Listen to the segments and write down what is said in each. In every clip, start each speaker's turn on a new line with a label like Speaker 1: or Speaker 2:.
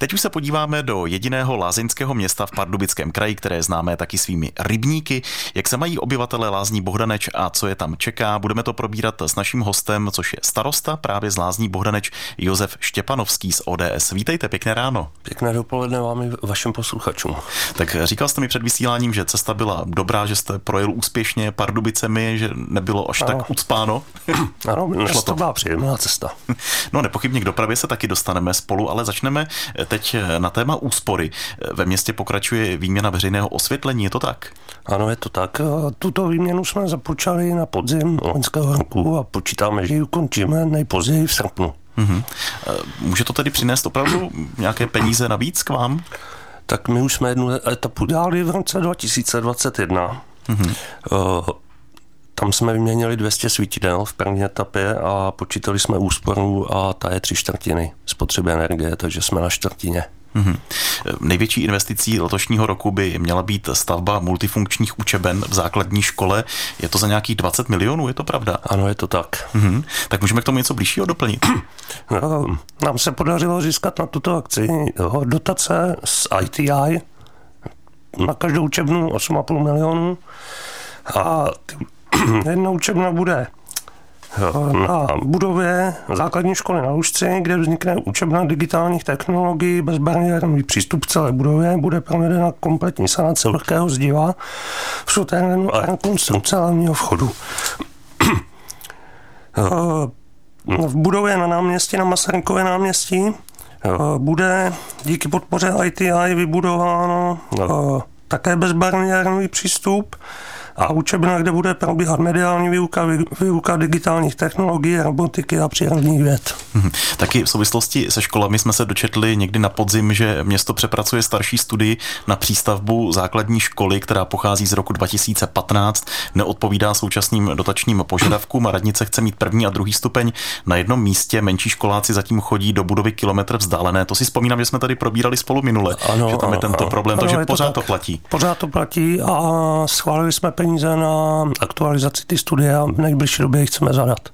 Speaker 1: Teď už se podíváme do jediného lázeňského města v Pardubickém kraji, které je známé taky svými rybníky. Jak se mají obyvatelé lázní Bohdaneč a co je tam čeká, budeme to probírat s naším hostem, což je starosta právě z lázní Bohdaneč Josef Štěpanovský z ODS. Vítejte, pěkné ráno.
Speaker 2: Pěkné dopoledne vám i vašim posluchačům.
Speaker 1: Tak říkal jste mi před vysíláním, že cesta byla dobrá, že jste projel úspěšně Pardubicemi, že nebylo až tak ucpáno.
Speaker 2: Ano, to byla příjemná cesta.
Speaker 1: No, nepochybně k dopravě se taky dostaneme spolu, ale začneme teď na téma úspory. Ve městě pokračuje výměna veřejného osvětlení, je to tak?
Speaker 2: Ano, je to tak. Tuto výměnu jsme započali na podzim loňského roku a počítáme, že ji ukončíme nejpozději v srpnu.
Speaker 1: Může to tedy přinést opravdu nějaké peníze navíc k vám?
Speaker 2: Tak my už jsme jednu etapu dělali v roce 2021. Tam jsme vyměnili 200 svítidel v první etapě a počítali jsme úsporu a ta je 3/4 spotřeby energie, takže jsme na čtvrtině.
Speaker 1: Největší investicí letošního roku by měla být stavba multifunkčních učeben v základní škole. Je to za nějakých 20 milionů, je to pravda?
Speaker 2: Ano, je to tak.
Speaker 1: Tak můžeme k tomu něco bližšího doplnit?
Speaker 2: Nám se podařilo získat na tuto akci dotace z ITI na každou učebnu 8,5 milionů a jedna učebna bude na budově základní školy na Lužci, kde vznikne učebna digitálních technologií, bezbariérový přístup k celé budově, bude provedena kompletní sanace vlhkého zdiva v suterénu a rekonstrukce hlavního vchodu. V budově na náměstí, na Masarykově náměstí, bude díky podpoře ITI vybudováno také bezbariérový přístup a učebna, kde bude probíhat mediální výuka digitálních technologií, robotiky a přírodních věd.
Speaker 1: Taky v souvislosti se školami jsme se dočetli někdy na podzim, že město přepracuje starší studii na přístavbu základní školy, která pochází z roku 2015, neodpovídá současným dotačním požadavkům a radnice chce mít první a druhý stupeň na jednom místě. Menší školáci zatím chodí do budovy kilometr vzdálené. To si vzpomínám, že jsme tady probírali spolu minule,
Speaker 2: ano,
Speaker 1: že tam je tento problém, takže pořád to platí.
Speaker 2: Pořád to platí a schválili jsme peníze na aktualizaci ty studie a v nejbližší době ji chceme zadat.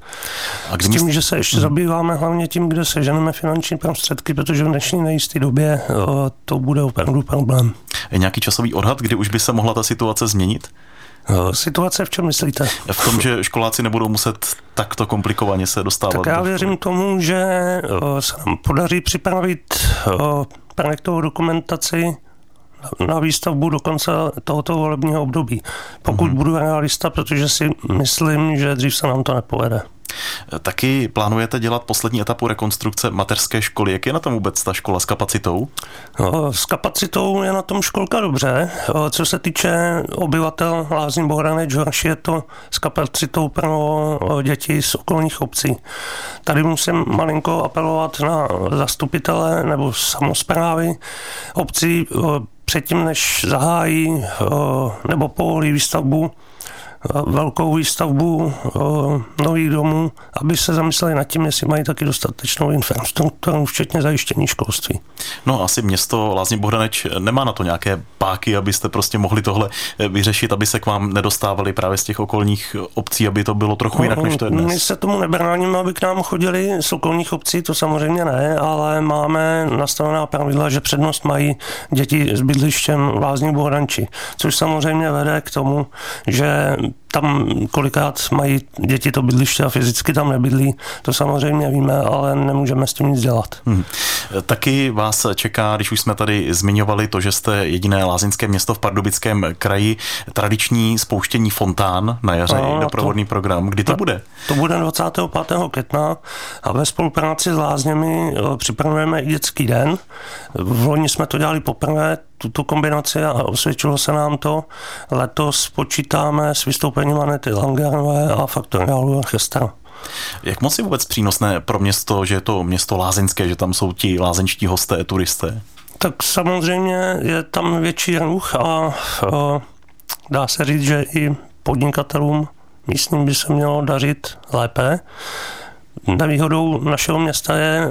Speaker 2: S tím, že se ještě zabýváme hlavně tím, kde seženeme finanční prostředky, protože v dnešní nejisté době to bude opravdu problém.
Speaker 1: Je nějaký časový odhad, kdy už by se mohla ta situace změnit?
Speaker 2: Situace v čem myslíte?
Speaker 1: V tom, že školáci nebudou muset takto komplikovaně se dostávat.
Speaker 2: Tak já věřím tomu, že se nám podaří připravit projektovou dokumentaci na výstavbu do konce tohoto volebního období. Pokud budu realista, protože si myslím, že dřív se nám to nepovede.
Speaker 1: Taky plánujete dělat poslední etapu rekonstrukce mateřské školy. Jak je na tom vůbec ta škola s kapacitou?
Speaker 2: S kapacitou je na tom školka dobře. Co se týče obyvatel lázní Bohdaneč, horší je to s kapacitou pro děti z okolních obcí. Tady musím malinko apelovat na zastupitele nebo samosprávy obcí předtím, než zahájí nebo povolí výstavbu, velkou výstavbu nových domů, aby se zamysleli nad tím, jestli mají taky dostatečnou infrastrukturu, včetně zajištění školství.
Speaker 1: No asi město Lázně Bohdaneč nemá na to nějaké páky, abyste prostě mohli tohle vyřešit, aby se k vám nedostávali právě z těch okolních obcí, aby to bylo trochu jinak, než to je dnes.
Speaker 2: My se tomu nebráníme, aby k nám chodili z okolních obcí, to samozřejmě ne, ale máme nastavená pravidla, že přednost mají děti s bydlištěm v Lázní Bohdanči, což samozřejmě vede k tomu, že tam kolikrát mají děti to bydliště a fyzicky tam nebydlí. To samozřejmě víme, ale nemůžeme s tím nic dělat.
Speaker 1: Taky vás čeká, když už jsme tady zmiňovali to, že jste jediné lázeňské město v Pardubickém kraji, tradiční spouštění fontán na jaře i doprovodný program. Kdy to bude?
Speaker 2: To bude 25. května a ve spolupráci s lázněmi připravujeme i dětský den. V loni jsme to dělali poprvé, tuto kombinaci a osvědčilo se nám to. Letos počítáme s vystoupením Anety Langerové a Faktoriálu orchestra.
Speaker 1: Jak moc je vůbec přínosné pro město, že je to město lázeňské, že tam jsou ti lázeňští hosté, turisté?
Speaker 2: Tak samozřejmě je tam větší ruch a dá se říct, že i podnikatelům místním by se mělo dařit lépe. Nevýhodou našeho města je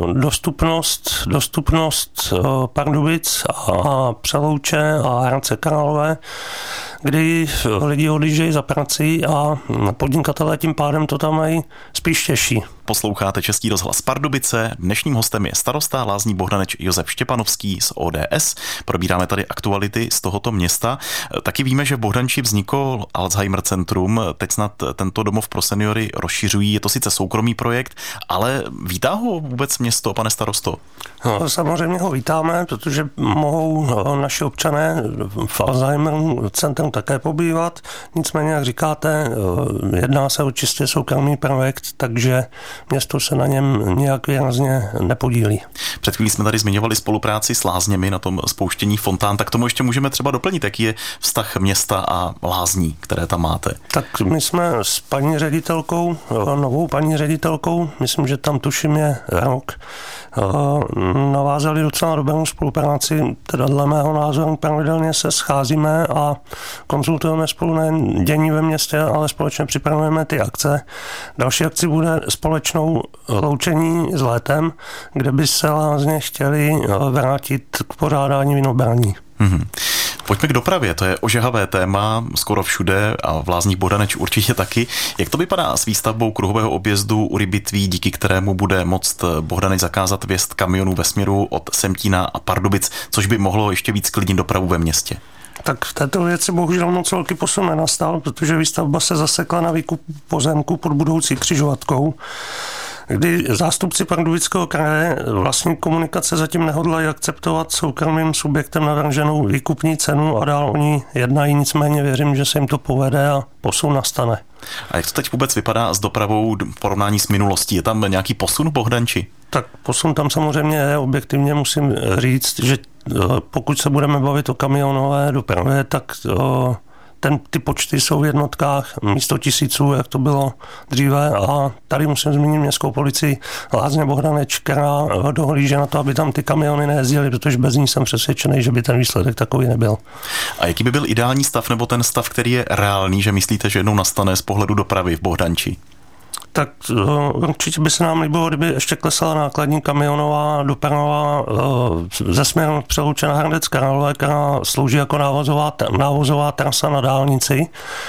Speaker 2: dostupnost Pardubic a Přelouče a Hradce Králové, kdy lidi odjíždějí za prací a podnikatelé tím pádem to tam mají spíš těžší.
Speaker 1: Posloucháte Český rozhlas Pardubice. Dnešním hostem je starosta Lázní Bohdaneč Josef Štěpanovský z ODS. Probíráme tady aktuality z tohoto města. Taky víme, že v Bohdanči vznikl Alzheimer centrum. Teď snad tento domov pro seniory rozšiřují. Je to sice soukromý projekt, ale vítá ho vůbec město, pane starosto?
Speaker 2: No, samozřejmě ho vítáme, protože mohou naši občané v Alzheimer centrum také pobývat. Nicméně, jak říkáte, jedná se o čistě soukromý projekt, takže město se na něm nějak výrazně nepodílí.
Speaker 1: Před chvílí jsme tady zmiňovali spolupráci s lázněmi na tom spouštění fontán, tak tomu ještě můžeme třeba doplnit, jaký je vztah města a lázní, které tam máte.
Speaker 2: Tak my jsme s paní ředitelkou, novou paní ředitelkou, myslím, že tam tuším je rok, navázali docela dobrou spolupráci, teda dle mého názoru pravidelně se scházíme a konzultujeme spolu nejen dění ve městě, ale společně připravujeme ty akce. Další akci bude společnou loučení s létem, kde by se lázně chtěli vrátit k pořádání vinobraní.
Speaker 1: Pojďme k dopravě, to je ožehavé téma skoro všude a v Lázních Bohdaneč určitě taky. Jak to vypadá s výstavbou kruhového objezdu u Rybitví, díky kterému bude moct Bohdaneč zakázat vjezd kamionů ve směru od Semtína a Pardubic, což by mohlo ještě víc klidnit dopravu ve městě?
Speaker 2: Tak v této věci bohužel moc velký posun nenastal, protože výstavba se zasekla na výkup pozemku pod budoucí křižovatkou, kdy zástupci Pardubického kraje vlastní komunikace zatím nehodlají akceptovat soukromým subjektem navrženou výkupní cenu a dál oni jednají, nicméně věřím, že se jim to povede a posun nastane.
Speaker 1: A jak to teď vůbec vypadá s dopravou v porovnání s minulostí? Je tam nějaký posun v Bohdanči?
Speaker 2: Tak posun tam samozřejmě je, objektivně musím říct, že pokud se budeme bavit o kamionové dopravě, tak ty počty jsou v jednotkách místo tisíců, jak to bylo dříve, a tady musím zmínit městskou policii Lázně Bohdaneč, která dohlíže na to, aby tam ty kamiony nejezdily, protože bez ní jsem přesvědčený, že by ten výsledek takový nebyl.
Speaker 1: A jaký by byl ideální stav, nebo ten stav, který je reálný, že myslíte, že jednou nastane z pohledu dopravy v Bohdanči?
Speaker 2: Tak určitě by se nám líbilo, kdyby ještě klesala nákladní kamionová doprava ze směru Přelouče Hradec Králové, která slouží jako návozová trasa na dálnici.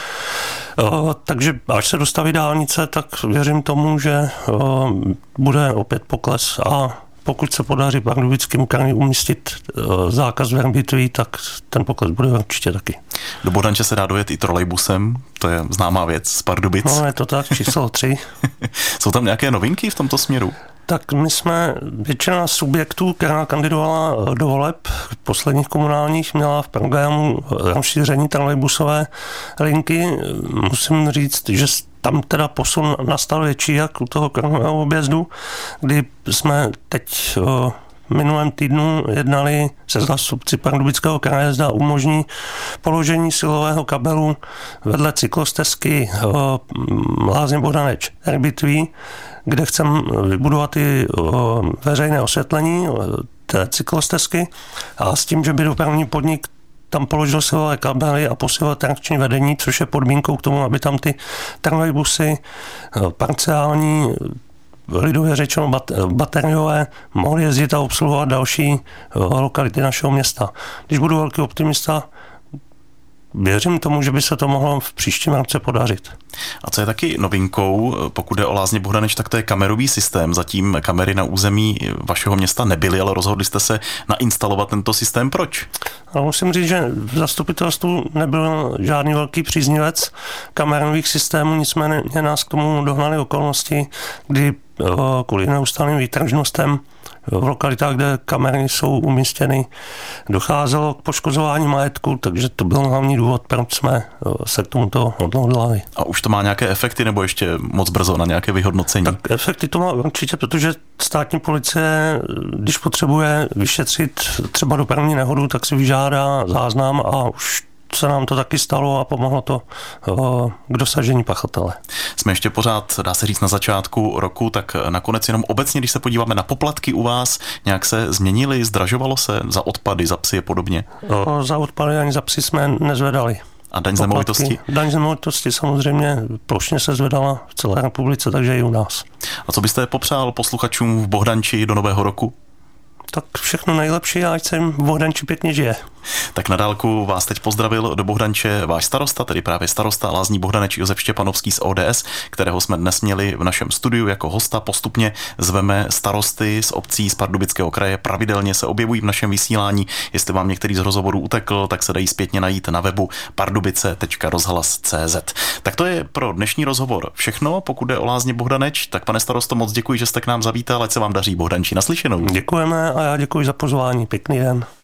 Speaker 2: Takže až se dostaví dálnice, tak věřím tomu, že bude opět pokles a pokud se podaří Pardubickým kraji umístit zákaz verbitví, tak ten pokles bude určitě taky.
Speaker 1: Do Bohdanče se dá dojet i trolejbusem, to je známá věc z Pardubic.
Speaker 2: No, je to tak, číslo 3.
Speaker 1: Jsou tam nějaké novinky v tomto směru?
Speaker 2: Tak my jsme, většina subjektů, která kandidovala do voleb posledních komunálních, měla v programu rozšíření trolejbusové linky. Musím říct, že tam teda posun nastal větší, jak u toho kruhového objezdu, kdy jsme teď minulém týdnu jednali se zástupci Pardubického kraje, zda umožní položení silového kabelu vedle cyklostezky Lázně Bohdaneč Rybitví, kde chceme vybudovat i veřejné osvětlení té cyklostezky a s tím, že by dopravní podnik tam položil silové kabely a posílil trakční vedení, což je podmínkou k tomu, aby tam ty trolejbusy parciální, lidově řečeno bateriové, mohly jezdit a obsluhovat další lokality našeho města. Když budu velký optimista, věřím tomu, že by se to mohlo v příštím roce podařit.
Speaker 1: A co je taky novinkou, pokud jde o Lázně Bohdaneč, tak to je kamerový systém. Zatím kamery na území vašeho města nebyly, ale rozhodli jste se nainstalovat tento systém. Proč?
Speaker 2: Ale musím říct, že v zastupitelstvu nebyl žádný velký příznivec kamerových systémů, nicméně nás k tomu dohnaly okolnosti, kdy kvůli neustálým výtržnostem v lokalitách, kde kamery jsou umístěny, docházelo k poškozování majetku, takže to byl hlavní důvod, proč jsme se k tomuto odhodlali. A
Speaker 1: už to má nějaké efekty, nebo ještě moc brzo na nějaké vyhodnocení?
Speaker 2: Tak efekty to má určitě, protože státní policie, když potřebuje vyšetřit třeba dopravní nehodu, tak si vyžádá záznam a už se nám to taky stalo a pomohlo to k dosažení pachatele.
Speaker 1: Jsme ještě pořád, dá se říct, na začátku roku, tak nakonec jenom obecně, když se podíváme na poplatky u vás, nějak se změnily, zdražovalo se za odpady, za psy a podobně?
Speaker 2: Za odpady ani za psy jsme nezvedali.
Speaker 1: A daň z nemovitosti?
Speaker 2: Daň z nemovitosti samozřejmě plošně se zvedala v celé republice, takže i u nás.
Speaker 1: A co byste popřál posluchačům v Bohdanči do nového roku?
Speaker 2: Tak všechno nejlepší a ať se jim v Bohdanči pěkně žije.
Speaker 1: Tak na dálku vás teď pozdravil do Bohdanče váš starosta, tedy právě starosta Lázní Bohdaneč Josef Štěpanovský z ODS, kterého jsme dnes měli v našem studiu jako hosta. Postupně zveme starosty z obcí z Pardubického kraje, pravidelně se objevují v našem vysílání. Jestli vám některý z rozhovorů utekl, tak se dají zpětně najít na webu pardubice.rozhlas.cz. Tak to je pro dnešní rozhovor všechno. Pokud jde o Lázně Bohdaneč, tak pane starosto, moc děkuji, že jste k nám zavítal, ať se vám daří Bohdanči. Naslyšenou.
Speaker 2: Děkujeme a já děkuji za pozvání. Pěkný den.